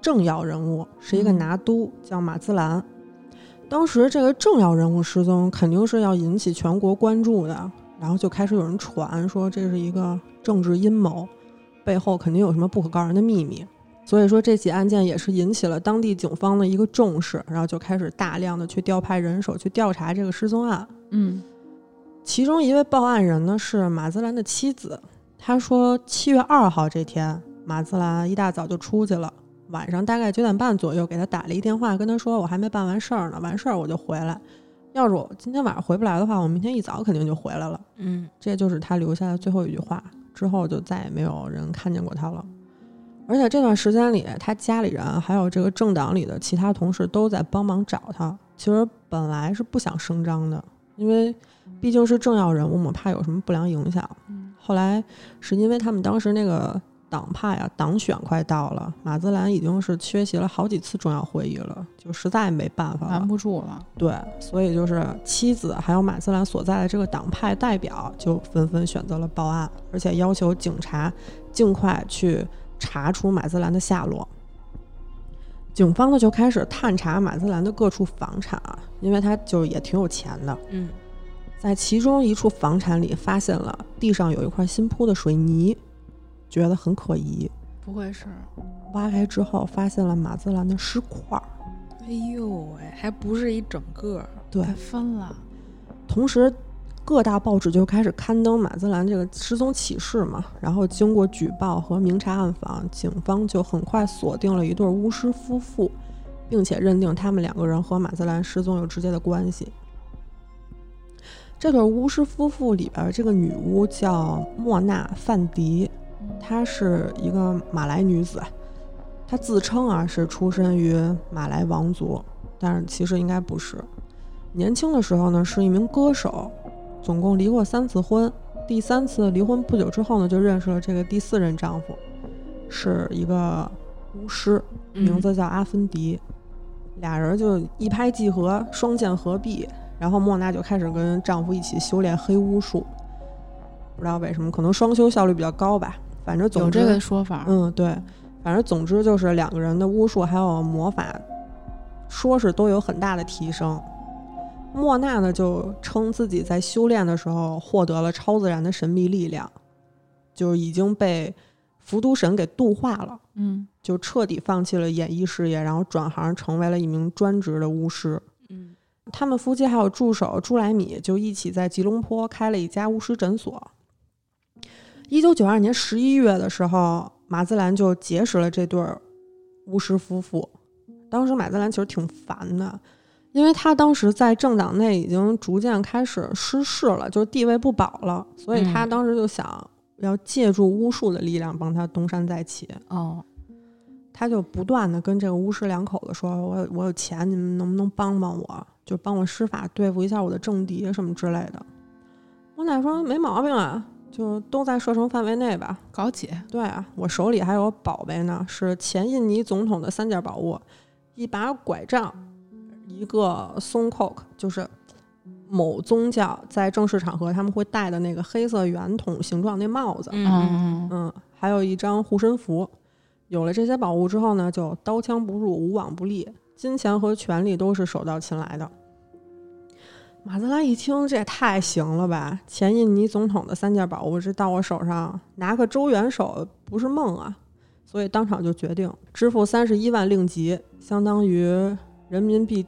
政要人物，是一个拿督，叫马兹兰。当时这个政要人物失踪肯定是要引起全国关注的，然后就开始有人传说这是一个政治阴谋，背后肯定有什么不可告人的秘密。所以说这起案件也是引起了当地警方的一个重视，然后就开始大量的去调派人手去调查这个失踪案。其中一位报案人呢是马兹兰的妻子，他说7月2号这天，马兹兰一大早就出去了，晚上大概9点半左右给他打了一电话，跟他说我还没办完事儿呢，完事儿我就回来，要是我今天晚上回不来的话，我明天一早肯定就回来了。这就是他留下的最后一句话，之后就再也没有人看见过他了。而且这段时间里，他家里人还有这个政党里的其他同事都在帮忙找他。其实本来是不想声张的，因为毕竟是政要人物嘛，怕有什么不良影响。后来是因为他们当时那个党派啊，党选快到了，马兹兰已经是缺席了好几次重要会议了，就实在没办法了， 拦不住了。 对，所以就是妻子还有马兹兰所在的这个党派代表就纷纷选择了报案，而且要求警察尽快去查出马兹兰的下落。警方呢就开始探查马兹兰的各处房产，因为他就也挺有钱的。在其中一处房产里发现了地上有一块新铺的水泥，觉得很可疑。 不会是挖开之后发现了马兹兰的尸块。 哎呦喂，还不是一整个， 对， 分了。 同时各大报纸就开始刊登马兹兰这个失踪启事嘛，然后经过举报和明察暗访，警方就很快锁定了一对巫师夫妇，并且认定他们2个人和马兹兰失踪有直接的关系。这对巫师夫妇里边这个女巫叫莫娜·范迪，她是一个马来女子，她自称是出身于马来王族，但是其实应该不是。年轻的时候呢是一名歌手，总共离过3次婚，第3次离婚不久之后呢就认识了这个第4任丈夫，是一个巫师，名字叫阿芬迪。俩人就一拍即合，双剑合璧，然后莫娜就开始跟丈夫一起修炼黑巫术，不知道为什么，可能双修效率比较高吧，反正总之有这个说法。 对，反正总之就是2个人的巫术还有魔法说是都有很大的提升。莫娜呢就称自己在修炼的时候获得了超自然的神秘力量，就已经被伏都神给度化了，就彻底放弃了演艺事业，然后转行成为了一名专职的巫师。他们夫妻还有助手朱莱米就一起在吉隆坡开了一家巫师诊所。1992年11月的时候，马兹兰就结识了这对巫师夫妇。当时马兹兰其实挺烦的，因为他当时在政党内已经逐渐开始失势了，就是地位不保了，所以他当时就想要借助巫术的力量帮他东山再起。他就不断的跟这个巫师2口子说，我有钱，你们能不能帮帮我，就帮我施法对付一下我的政敌什么之类的。莫娜说没毛病啊，就都在射程范围内吧， 搞起。 对啊，我手里还有宝贝呢，是前印尼总统的3件宝物，一把拐杖，一个松 coke， 就是某宗教在正式场合他们会戴的那个黑色圆筒形状那帽子，还有一张护身符。有了这些宝物之后呢，就刀枪不入，无往不利，金钱和权力都是手到擒来的。马兹兰一听，这也太行了吧，前印尼总统的3件宝物这到我手上，拿个州元首不是梦啊，所以当场就决定支付31万令吉，相当于人民币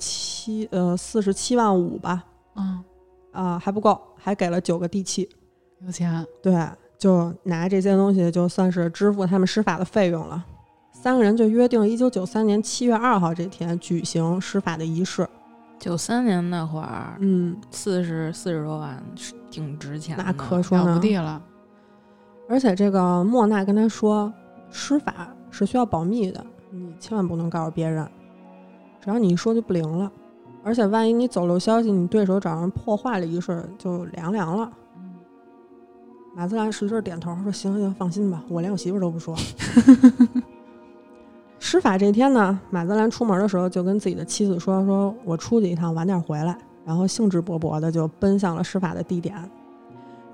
47万5吧。还不够，还给了9个地契。 有钱。 对，就拿这些东西就算是支付他们施法的费用了。3个人就约定1993年7月2号这天举行施法的仪式。 93年那会儿40多万挺值钱的， 那可说了不地了。 而且这个莫娜跟他说，施法是需要保密的，你千万不能告诉别人，只要你一说就不灵了，而且万一你走漏消息，你对手找人破坏了仪式就凉了。马兹兰使劲点头说行，放心吧，我连我媳妇都不说。施法这天呢，马兹兰出门的时候就跟自己的妻子说我出去一趟，晚点回来，然后兴致勃勃的就奔向了施法的地点。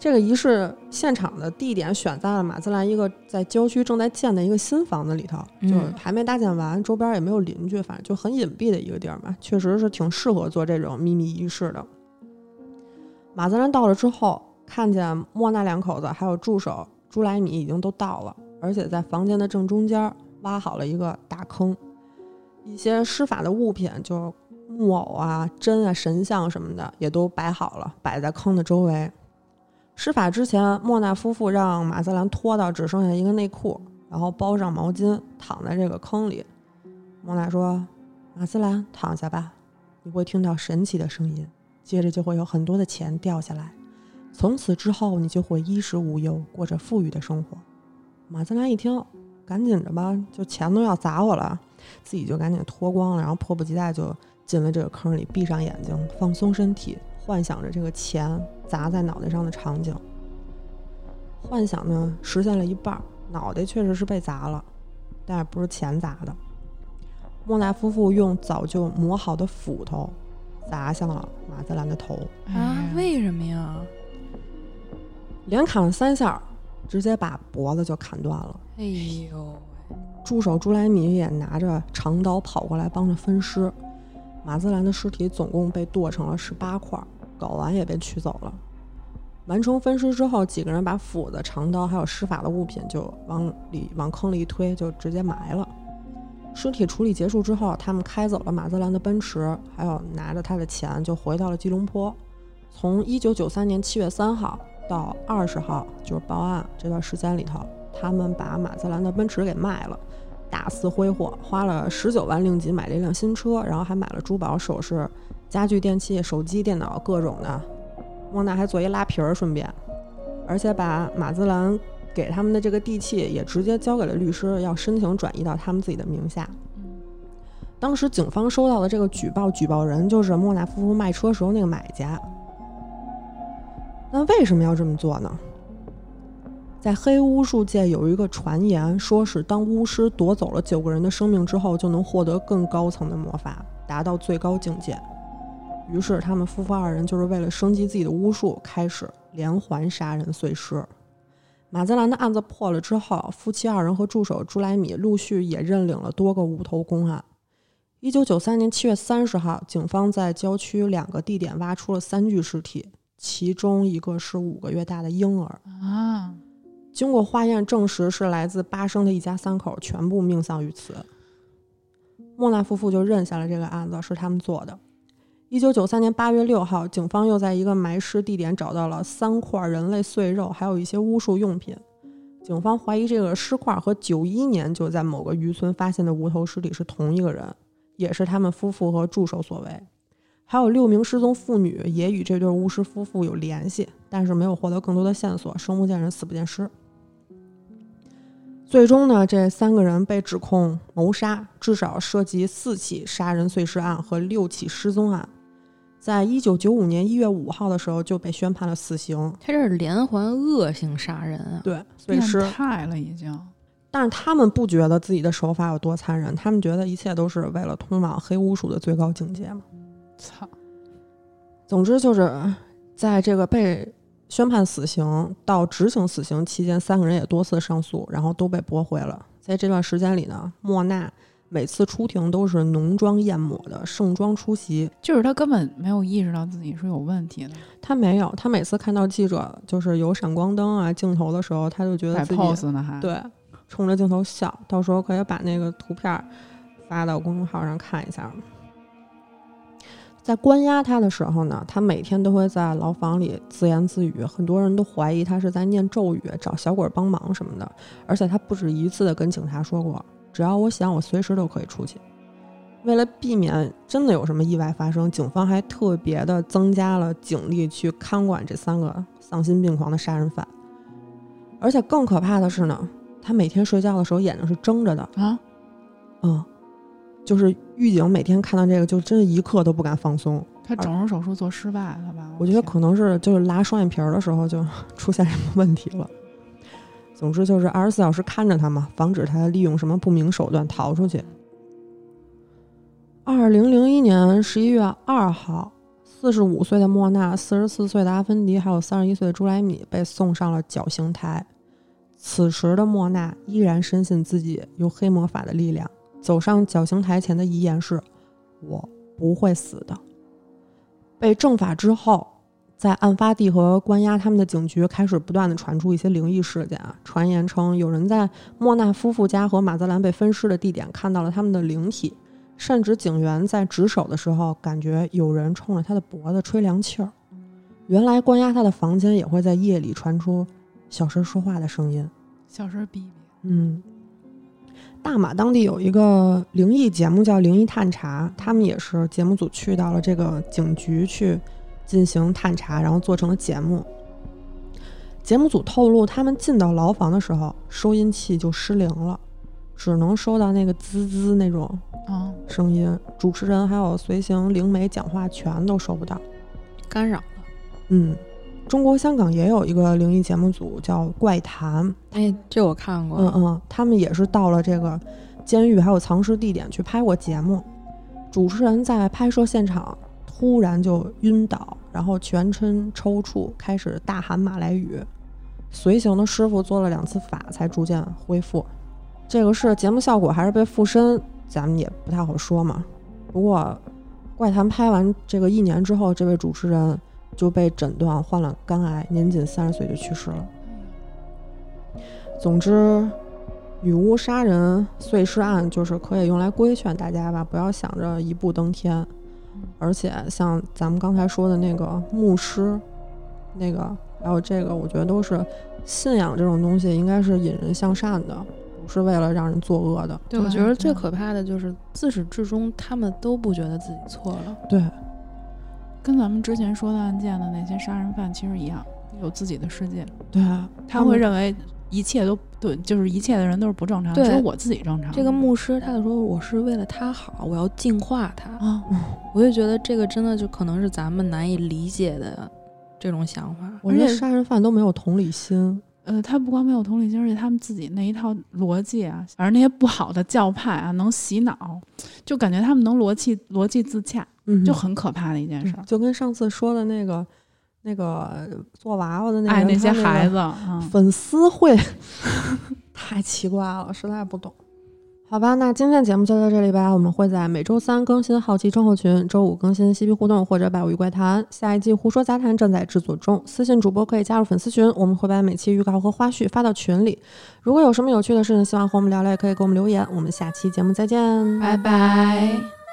这个仪式现场的地点选在了马兹兰一个在郊区正在建的一个新房子里头，就还没搭建完，周边也没有邻居，反正就很隐蔽的一个地儿嘛，确实是挺适合做这种秘密仪式的。马兹兰到了之后，看见莫娜两口子还有助手朱莱米已经都到了，而且在房间的正中间挖好了一个大坑，一些施法的物品，就木偶啊、针啊、神像什么的也都摆好了，摆在坑的周围。施法之前，莫娜夫妇让马兹兰脱到只剩下一个内裤，然后包上毛巾，躺在这个坑里。莫娜说：“马兹兰，躺下吧，你会听到神奇的声音，接着就会有很多的钱掉下来，从此之后你就会衣食无忧，过着富裕的生活。”马兹兰一听，赶紧着吧，就钱都要砸我了，自己就赶紧脱光了，然后迫不及待就进了这个坑里，闭上眼睛，放松身体，幻想着这个钱砸在脑袋上的场景。幻想呢实现了一半，脑袋确实是被砸了，但是不是钱砸的。莫娜夫妇用早就磨好的斧头砸向了马兹兰的头。 为什么呀？ 连砍了3下，直接把脖子就砍断了。 哎呦！ 助手朱莱米也拿着长刀跑过来帮着分尸。马兹兰的尸体总共被剁成了18块，睾丸也被取走了。完成分尸之后，几个人把斧子、长刀还有施法的物品就往坑里一推，就直接埋了。尸体处理结束之后，他们开走了马兹兰的奔驰，还有拿着他的钱就回到了吉隆坡。从1993年7月3号到20号，就是报案这段时间里头，他们把马兹兰的奔驰给卖了，大肆挥霍，花了19万令吉买了一辆新车，然后还买了珠宝首饰、家具电器、手机电脑各种的。莫娜还做一拉皮儿，顺便，而且把马兹兰给他们的这个地契也直接交给了律师，要申请转移到他们自己的名下。当时警方收到的这个举报人就是莫娜夫妇卖车时候那个买家。那为什么要这么做呢？在黑巫术界有一个传言，说是当巫师夺走了9个人的生命之后，就能获得更高层的魔法，达到最高境界。于是他们夫妇2人就是为了升级自己的巫术，开始连环杀人碎尸。马兹兰的案子破了之后，夫妻2人和助手朱莱米陆续也认领了多个无头公案。1993年7月30号，警方在郊区2个地点挖出了3具尸体，其中一个是5个月大的婴儿。经过化验证实是来自巴生的一家3口，全部命丧于此。莫娜夫妇就认下了这个案子是他们做的。1993年8月6号，警方又在一个埋尸地点找到了3块人类碎肉，还有一些巫术用品。警方怀疑这个尸块和91年就在某个渔村发现的无头尸体是同一个人，也是他们夫妇和助手所为。还有6名失踪妇女也与这对巫师夫妇有联系，但是没有获得更多的线索，生不见人，死不见尸。最终呢，这3个人被指控谋杀，至少涉及4起杀人碎尸案和6起失踪案。在1995年1月5号的时候就被宣判了死刑。 他这是连环恶性杀人啊！ 对，碎尸变态了已经。 但是他们不觉得自己的手法有多残忍，他们觉得一切都是为了通往黑巫术的最高境界嘛。 操！ 总之就是在这个被宣判死刑到执行死刑期间，3个人也多次上诉，然后都被驳回了。在这段时间里呢，莫娜每次出庭都是浓妆艳抹的盛装出席， 就是他根本没有意识到自己是有问题的。 他没有，他每次看到记者就是有闪光灯啊镜头的时候，他就觉得自己摆 pose 呢，还对，冲着镜头笑。到时候可以把那个图片发到公众号上看一下。在关押他的时候呢，他每天都会在牢房里自言自语，很多人都怀疑他是在念咒语，找小鬼帮忙什么的。而且他不止一次的跟警察说过，只要我想，我随时都可以出去。为了避免真的有什么意外发生，警方还特别的增加了警力去看管这3个丧心病狂的杀人犯。而且更可怕的是呢，他每天睡觉的时候眼睛是睁着的啊。 就是狱警每天看到这个就真的一刻都不敢放松。 他整容手术做失败了吧？ 我觉得可能是就是拉双眼皮的时候就出现什么问题了。总之就是24小时看着他嘛，防止他利用什么不明手段逃出去。2001年11月2号 45岁的莫娜、44岁的阿芬迪还有31岁的朱莱米被送上了绞刑台。此时的莫娜依然深信自己有黑魔法的力量，走上绞刑台前的遗言是：我不会死的。被正法之后，在案发地和关押他们的警局开始不断的传出一些灵异事件啊，传言称有人在莫娜夫妇家和马泽兰被分尸的地点看到了他们的灵体，甚至警员在值守的时候感觉有人冲着他的脖子吹凉气儿。原来关押他的房间也会在夜里传出小声说话的声音， 小声哔哔。 大马当地有一个灵异节目叫灵异探查，他们也是节目组去到了这个警局去进行探查，然后做成了节目。节目组透露，他们进到牢房的时候，收音器就失灵了，只能收到那个滋滋那种声音，主持人还有随行灵媒讲话全都收不到， 干扰了。 中国香港也有一个灵异节目组叫怪谈， 这我看过。 他们也是到了这个监狱还有藏尸地点去拍过节目。主持人在拍摄现场突然就晕倒，然后全身抽搐，开始大喊马来语，随行的师傅做了2次法才逐渐恢复。这个是节目效果还是被附身，咱们也不太好说嘛。不过怪谈拍完这个1年之后，这位主持人就被诊断患了肝癌，年仅30岁就去世了。总之，女巫杀人碎尸案就是可以用来规劝大家吧，不要想着一步登天。而且像咱们刚才说的那个牧师，那个还有这个，我觉得都是信仰这种东西应该是引人向善的，不是为了让人作恶的。 对，我觉得最可怕的就是自始至终他们都不觉得自己错了。 对， 跟咱们之前说的案件的那些杀人犯其实一样，有自己的世界。 对啊， 他会认为一切都对，就是一切的人都是不正常，只有我自己正常。 这个牧师他就说我是为了他好，我要净化他。我就觉得这个真的就可能是咱们难以理解的这种想法。 我觉得杀人犯都没有同理心。 他不光没有同理心，而且他们自己那一套逻辑啊，反正那些不好的教派啊，能洗脑，就感觉他们能逻辑自洽，就很可怕的一件事。 就跟上次说的那个做娃娃的那个那些孩子， 粉丝会太奇怪了，实在不懂。好吧，那今天的节目就到这里吧。我们会在每周3更新好奇症候群，周5更新嬉皮互动或者百无语怪谈。下一季胡说杂谈正在制作中，私信主播可以加入粉丝群，我们会把每期预告和花絮发到群里。如果有什么有趣的事情希望和我们聊聊，也可以给我们留言。我们下期节目再见， 拜拜。